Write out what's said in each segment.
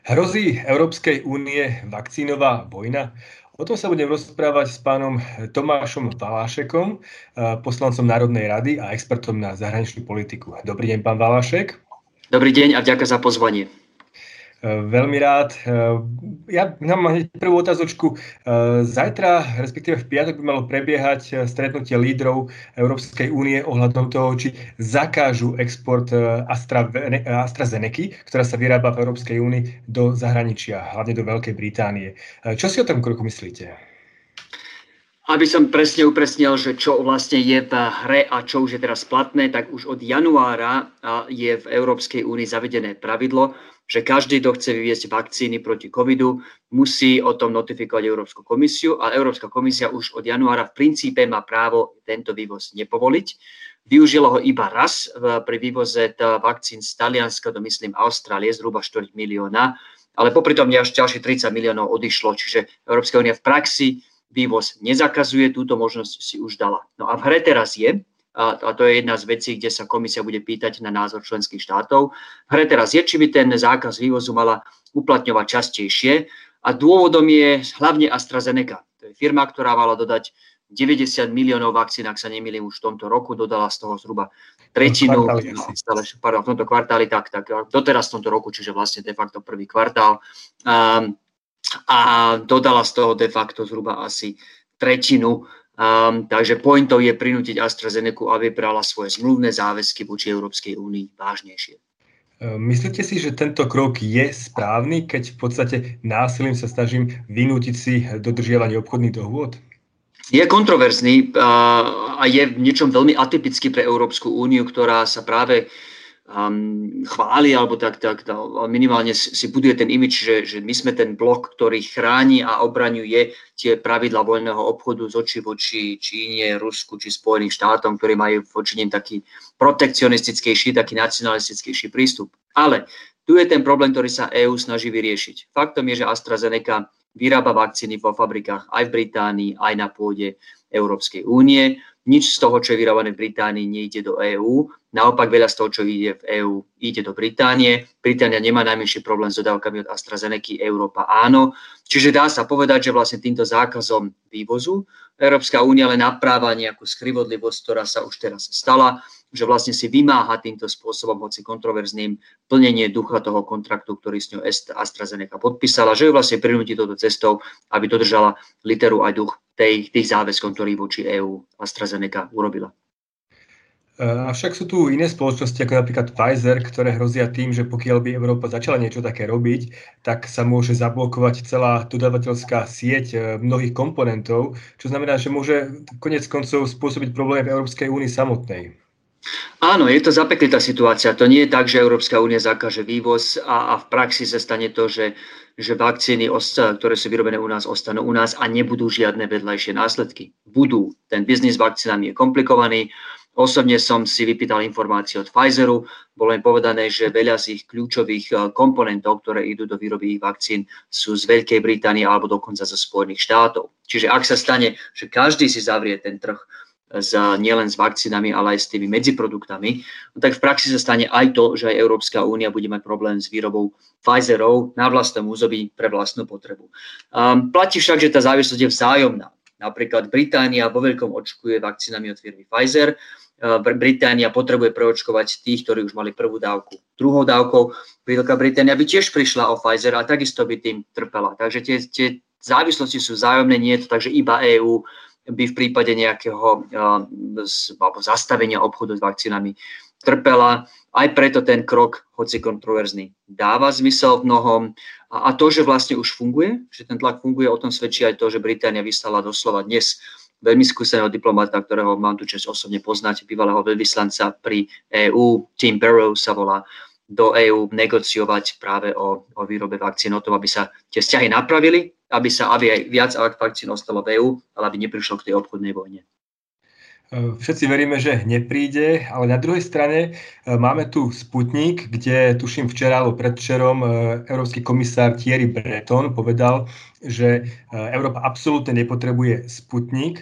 Hrozí Európskej únie vakcínová vojna? O tom sa budem rozprávať s pánom Tomášom Valášekom, poslancom Národnej rady a expertom na zahraničnú politiku. Dobrý deň, pán Valášek. Dobrý deň a ďakujem za pozvanie. Veľmi rád. Ja mám hneď prvú otázočku. Zajtra, respektíve v piatok by malo prebiehať stretnutie lídrov Európskej únie ohľadom toho, či zakážu export AstraZeneky, ktorá sa vyrába v Európskej únii, do zahraničia, hlavne do Veľkej Británie. Čo si o tom kroku myslíte? Aby som presne upresnil, že čo vlastne je v hre a čo už je teraz platné, tak už od januára je v Európskej únii zavedené pravidlo, že každý, kto chce vyviesť vakcíny proti covidu, musí o tom notifikovať Európsku komisiu a Európska komisia už od januára v princípe má právo tento vývoz nepovoliť. Využilo ho iba raz pri vývoze vakcín z Talianska do, myslím, Austrálie, zhruba 4 milióna, ale popri tom až ďalších 30 miliónov odišlo, čiže Európska únia v praxi vývoz nezakazuje, túto možnosť si už dala. No a v hre teraz je, a to je jedna z vecí, kde sa komisia bude pýtať na názor členských štátov. V hre teraz je, či by ten zákaz vývozu mala uplatňovať častejšie. A dôvodom je hlavne AstraZeneca. To je firma, ktorá mala dodať 90 miliónov vakcín, ak sa nemýlim, už v tomto roku. Dodala z toho zhruba tretinu. V tomto kvartáli, tak doteraz v tomto roku, čiže vlastne de facto prvý kvartál. A dodala z toho de facto zhruba asi tretinu. Takže pointou je prinútiť AstraZenecu, aby brala svoje zmluvné záväzky voči Európskej únii vážnejšie. Myslíte si, že tento krok je správny, keď v podstate násilím sa snažím vynútiť si dodržiavanie obchodných dohôd? Je kontroverzný a je v niečom veľmi atypický pre Európsku úniu, ktorá sa práve chváli, alebo tak minimálne si buduje ten imidž, že my sme ten blok, ktorý chráni a obraňuje tie pravidlá voľného obchodu z očí voči Číne, Rusku či Spojeným štátom, ktorí majú voči nim taký protekcionistickejší, taký nacionalistickejší prístup. Ale tu je ten problém, ktorý sa EÚ snaží vyriešiť. Faktom je, že AstraZeneca vyrába vakcíny vo fabrikách aj v Británii, aj na pôde Európskej únie. Nič z toho, čo je vyrábané v Británii, nejde do EÚ. Naopak veľa z toho, čo ide v EÚ, ide do Británie. Británia nemá najmenší problém s dodávkami od AstraZeneky, Európa áno. Čiže dá sa povedať, že vlastne týmto zákazom vývozu Európska únia len napráva nejakú skrivodlivosť, ktorá sa už teraz stala, že vlastne si vymáha týmto spôsobom, hoci kontroverzným, plnenie ducha toho kontraktu, ktorý s ňou AstraZeneca podpísala, že ju vlastne prinúti touto cestou, aby dodržala literu aj duch tých záväzkov, ktorý voči EÚ AstraZeneca urobila. Avšak sú tu iné spoločnosti, ako napríklad Pfizer, ktoré hrozia tým, že pokiaľ by Európa začala niečo také robiť, tak sa môže zablokovať celá dodávateľská sieť mnohých komponentov, čo znamená, že môže konec koncov spôsobiť problémy v Európskej únii samotnej. Áno, je to zapeklitá situácia. To nie je tak, že Európska únia zakáže vývoz a v praxi sa stane to, že vakcíny, ktoré sú vyrobené u nás, ostanú u nás a nebudú žiadne vedľajšie následky. Budú. Ten biznis s vakcínami je komplikovaný. Osobne som si vypýtal informácie od Pfizeru. Bolo im povedané, že veľa z ich kľúčových komponentov, ktoré idú do výroby ich vakcín, sú z Veľkej Británie alebo dokonca zo Spojených štátov. Čiže ak sa stane, že každý si zavrie ten trh nielen s vakcínami, ale aj s tými medziproduktami, tak v praxi sa stane aj to, že aj Európska únia bude mať problém s výrobou Pfizerov na vlastnom území pre vlastnú potrebu. Platí však, že tá závislosť je vzájomná. Napríklad Británia vo veľkom očkuje vakcínami od firmy Pfizer. Británia potrebuje preočkovať tých, ktorí už mali prvú dávku. Druhou dávkou Veľká Británia by tiež prišla o Pfizer a takisto by tým trpela. Takže tie závislosti sú vzájomné, nie je to tak, že iba EÚ by v prípade nejakého zastavenia obchodu s vakcínami trpela. Aj preto ten krok, hoci kontroverzný, dáva zmysel v mnohom. A to, že vlastne už funguje, že ten tlak funguje, o tom svedčí aj to, že Británia vyslala doslova dnes veľmi skúseného diplomata, ktorého mám tu časť osobne poznať, bývalého veľvyslanca pri EÚ, Tim Barrow sa volá, do EÚ negociovať práve o výrobe vakcín, o tom, aby sa tie vzťahy napravili, aby aj viac vakcín ostalo v EÚ, ale aby neprišlo k tej obchodnej vojne. Všetci veríme, že nepríde, ale na druhej strane máme tu Sputnik, kde tuším včera alebo predvčerom európsky komisár Thierry Breton povedal, že Európa absolútne nepotrebuje Sputnik.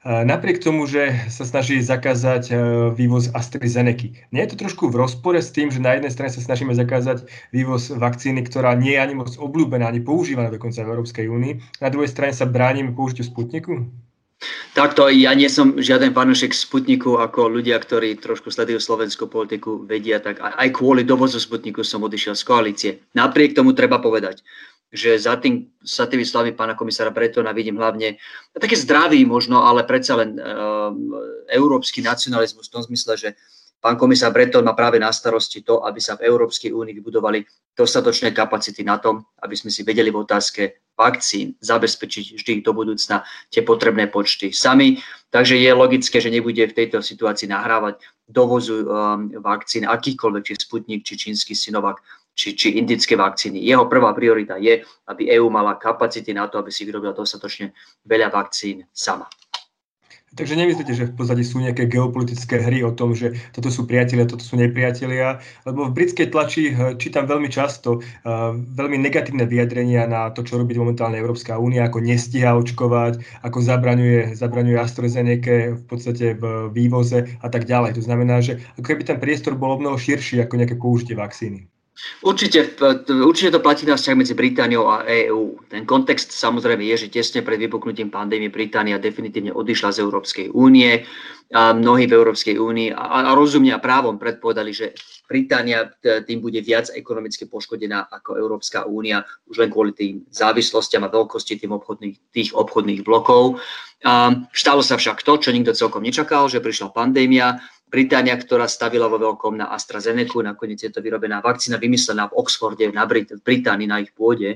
Napriek tomu, že sa snaží zakázať vývoz AstraZeneky. Nie je to trošku v rozpore s tým, že na jednej strane sa snažíme zakázať vývoz vakcíny, ktorá nie je ani moc obľúbená, ani používaná dokonca v Európskej únii. Na druhej strane sa bránime použitiu Sputniku? Takto, ja nie som žiaden fanúšik Sputniku, ako ľudia, ktorí trošku sledujú slovenskú politiku, vedia, tak aj kvôli dovozu Sputniku som odišiel z koalície. Napriek tomu treba povedať, že za tými slovami pána komisára Bretona vidím hlavne také zdravý možno, ale predsa len európsky nacionalizmus v tom zmysle, že pán komisár Breton má práve na starosti to, aby sa v Európskej únii vybudovali dostatočné kapacity na tom, aby sme si vedeli v otázke vakcín zabezpečiť vždy do budúcna tie potrebné počty sami. Takže je logické, že nebude v tejto situácii nahrávať dovozu vakcín akýchkoľvek, či Sputnik, či čínsky Sinovac, či indické vakcíny. Jeho prvá priorita je, aby EÚ mala kapacity na to, aby si vyrobila dostatočne veľa vakcín sama. Takže nemyslíte, že v podstate sú nejaké geopolitické hry o tom, že toto sú priatelia, toto sú nepriatelia? Lebo v britskej tlači čítam veľmi často veľmi negatívne vyjadrenia na to, čo robí momentálne Európska únia, ako nestíha očkovať, ako zabraňuje AstraZeneca v podstate v vývoze a tak ďalej. To znamená, že ako keby ten priestor bol mnoho širší ako nejaké použitie vakcíny. Určite to platí na vzťah medzi Britániou a EÚ. Ten kontext samozrejme je, že tesne pred vypuknutím pandémie Británia definitívne odišla z Európskej únie. A mnohí v Európskej únii a rozumne a právom predpovedali, že Británia tým bude viac ekonomicky poškodená ako Európska únia, už len kvôli tým závislostiam a veľkosti tých obchodných blokov. Stalo sa však to, čo nikto celkom nečakal, že prišla pandémia. Británia, ktorá stavila vo veľkom na AstraZeneku, nakoniec je to vyrobená vakcína, vymyslená v Oxforde, v Británii na ich pôde,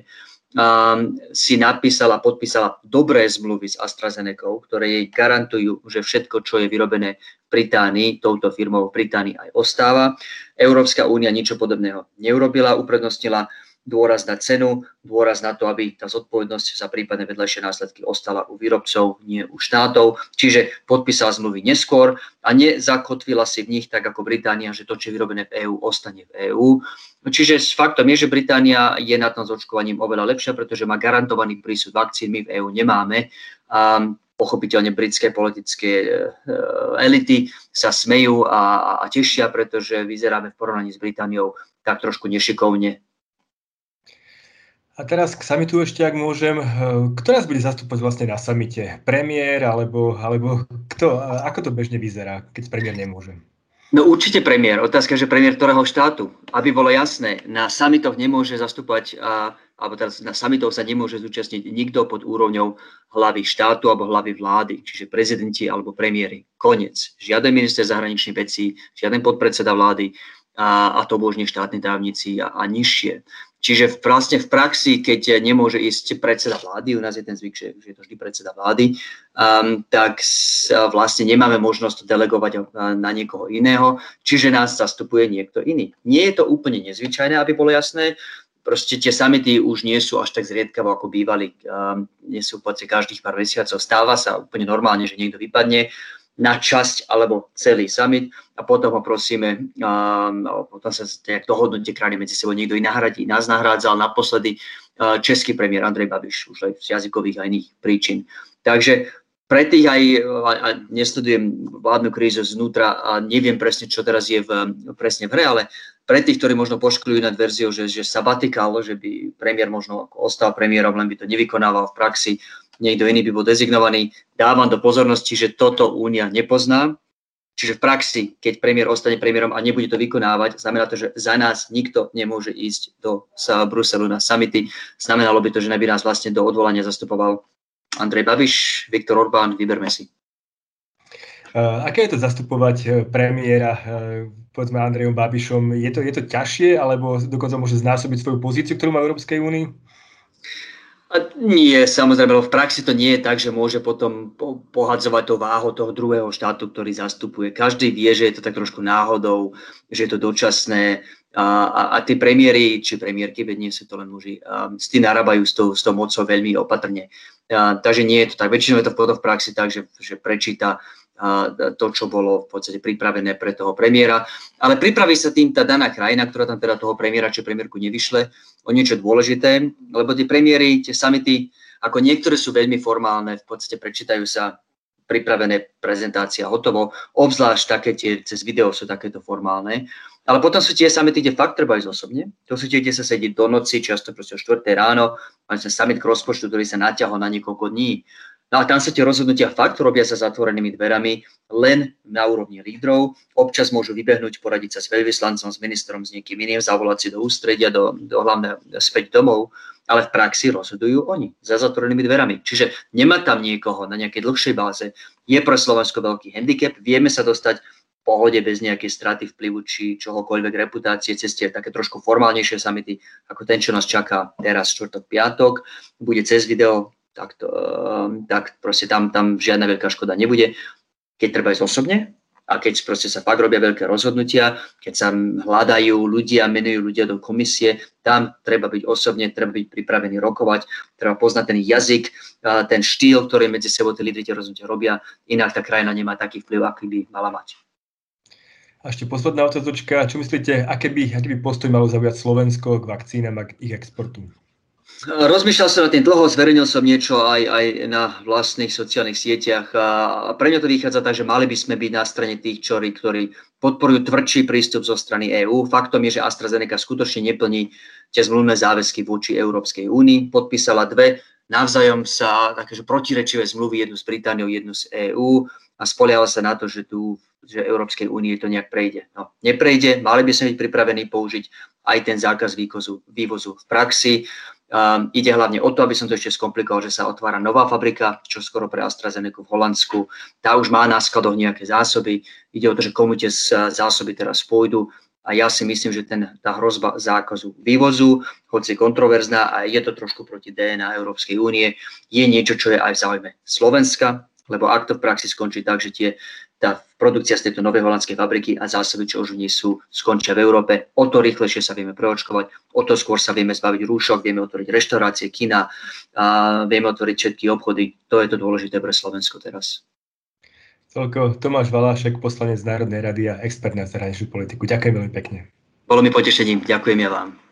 si napísala, podpísala dobré zmluvy s AstraZenecou, ktoré jej garantujú, že všetko, čo je vyrobené v Británii, touto firmou v Británii aj ostáva. Európska únia ničo podobného neurobila, uprednostnila dôraz na cenu, dôraz na to, aby tá zodpovednosť za prípadné vedľajšie následky ostala u výrobcov, nie u štátov. Čiže podpísala zmluvy neskôr a nezakotvila si v nich tak ako Británia, že to, čo je vyrobené v EÚ, ostane v EÚ. Čiže s faktom je, že Británia je na tom s očkovaním oveľa lepšia, pretože má garantovaný prísud vakcín, my v EÚ nemáme. Pochopiteľne britské politické elity sa smejú a tešia, pretože vyzeráme v porovnaní s Britániou tak trošku nešikovne. A teraz k samitu ešte, ak môžem. Kto nás bude zastúpať vlastne na samite? Premiér alebo kto? Ako to bežne vyzerá, keď premiér nemôže? No určite premiér. Otázka, že premiér ktorého štátu. Aby bolo jasné, na samitoch nemôže zastúpať, alebo teraz na samitoch sa nemôže zúčastniť nikto pod úrovňou hlavy štátu alebo hlavy vlády, čiže prezidenti alebo premiéry. Koniec. Žiaden minister zahraničných vecí, žiaden podpredseda vlády a to možno štátni tajomníci a nižšie. Čiže vlastne v praxi, keď nemôže ísť predseda vlády, u nás je ten zvyk, že je to vždy predseda vlády, tak vlastne nemáme možnosť delegovať na niekoho iného, čiže nás zastupuje niekto iný. Nie je to úplne nezvyčajné, aby bolo jasné, proste tie samity už nie sú až tak zriedkavo, ako bývali, nie sú v podstate každých pár mesiacov, stáva sa úplne normálne, že niekto vypadne na časť alebo celý summit a potom ho prosíme, potom sa nejak dohodnú tie krajiny medzi sebou, niekto nahradí. Nás nahrádzal naposledy český premiér Andrej Babiš, už aj z jazykových a iných príčin. Takže pre tých aj nesledujem vládnu krízu znútra a neviem presne, čo teraz je presne v hre, ale pre tých, ktorí možno poškľujú nad verziou, že sabatikál, že by premiér možno ostal premiérom, len by to nevykonával v praxi, niekto iný by bol dezignovaný. Dávam do pozornosti, že toto únia nepozná. Čiže v praxi, keď premiér ostane premiérom a nebude to vykonávať, znamená to, že za nás nikto nemôže ísť do Bruselu na summity. Znamenalo by to, že by nás vlastne do odvolania zastupoval Andrej Babiš, Viktor Orbán, vyberme si. Aké je to zastupovať premiéra, povedzme Andrejom Babišom? Je to ťažšie, alebo dokonca môže znásobiť svoju pozíciu, ktorú má v Európskej únii? Nie, samozrejme, v praxi to nie je tak, že môže potom pohadzovať to váhu toho druhého štátu, ktorý zastupuje. Každý vie, že je to tak trošku náhodou, že je to dočasné a tí premiéri, či premiérky, veď nie sú to len muži, s tým narábajú s tou mocou veľmi opatrne. Takže nie je to tak. Väčšinou je to v praxi tak, že prečíta to, čo bolo v podstate pripravené pre toho premiéra. Ale pripraví sa tým tá daná krajina, ktorá tam teda toho premiéra či premiérku nevyšle, o niečo dôležité, lebo tie premiéry, tie samity, ako niektoré sú veľmi formálne, v podstate prečítajú sa pripravené, prezentácia, hotovo. Obzvlášť také tie, cez video sú takéto formálne. Ale potom sú tie samity, kde fakt treba ísť osobne. To sú tie, kde sa sedí do noci, často proste o 4 ráno. Mali sme summit k rozpočtu, ktorý sa natiahol na niekoľko dní. No a tam sa tie rozhodnutia fakt robia sa zatvorenými dverami, len na úrovni lídrov. Občas môžu vybehnúť, poradiť sa s veľvyslancom, s ministrom, s niekým iným, zavolať si do ústredia, do hlavného späť domov, ale v praxi rozhodujú oni za zatvorenými dverami. Čiže nemá tam niekoho na nejakej dlhšej báze. Je pre Slovensko veľký handicap, vieme sa dostať v pohode bez nejakej straty vplyvu či čohokoľvek reputácie cez tie také trošku formálnejšie summity, ako ten, čo nás čaká teraz štvrtok, piatok, bude cez video, tak proste tam žiadna veľká škoda nebude. Keď treba ísť osobne a keď proste sa fakt robia veľké rozhodnutia, keď sa hľadajú ľudia, menujú ľudia do komisie, tam treba byť osobne, treba byť pripravený rokovať, treba poznať ten jazyk, ten štýl, ktorý medzi sebou tí lídri tie rozhodnutia robia, inak tá krajina nemá taký vplyv, aký by mala mať. A ešte posledná otázočka. Čo myslíte, aký by postoj malo zaujať Slovensko k vakcínam a k ich exportu? Rozmýšľal som nad tým dlho, zverejnil som niečo aj na vlastných sociálnych sieťach a pre mňa to vychádza tak, že mali by sme byť na strane tých, ktorí podporujú tvrdší prístup zo strany EÚ. Faktom je, že AstraZeneca skutočne neplní tie zmluvné záväzky voči Európskej únii. Podpísala dve navzájom sa takéže protirečivé zmluvy, jednu s Britániou, jednu z EÚ a spoliehala sa na to, že Európskej únie to nejak prejde. No, neprejde, mali by sme byť pripravení použiť aj ten zákaz vývozu v praxi. Ide hlavne o to, aby som to ešte skomplikoval, že sa otvára nová fabrika, čo skoro pre AstraZeneca v Holandsku. Tá už má na skladoch nejaké zásoby. Ide o to, že komu tie zásoby teraz pôjdu. A ja si myslím, že tá hrozba zákazu vývozu, hoci je kontroverzná a je to trošku proti DNA Európskej únie, je niečo, čo je aj v záujme Slovenska, lebo ak to v praxi skončí tak, že tá produkcia z tejto novej holandskej fabriky a zásoby, čo už v nej sú, skončia v Európe, o to rýchlejšie sa vieme preočkovať, o to skôr sa vieme zbaviť rúšok, vieme otvoriť reštaurácie, kina, vieme otvoriť všetky obchody. To je to dôležité pre Slovensko teraz. Toľko Tomáš Valášek, poslanec Národnej rady a expert na zahraničnú politiku. Ďakujem veľmi pekne. Bolo mi potešením. Ďakujem ja vám.